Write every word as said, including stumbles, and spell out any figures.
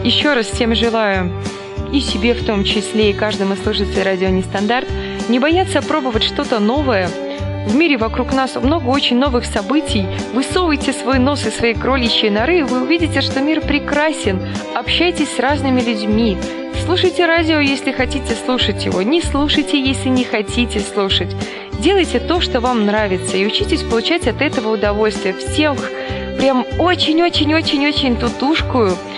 Еще раз всем желаю, и себе в том числе, и каждому слушателю радио Нестандарт, не бояться пробовать что-то новое. В мире вокруг нас много очень новых событий. Высовывайте свой нос из своей кроличьей норы, и вы увидите, что мир прекрасен. Общайтесь с разными людьми. Слушайте радио, если хотите слушать его. Не слушайте, если не хотите слушать. Делайте то, что вам нравится, и учитесь получать от этого удовольствие. Всех прям очень-очень-очень-очень тутушкую.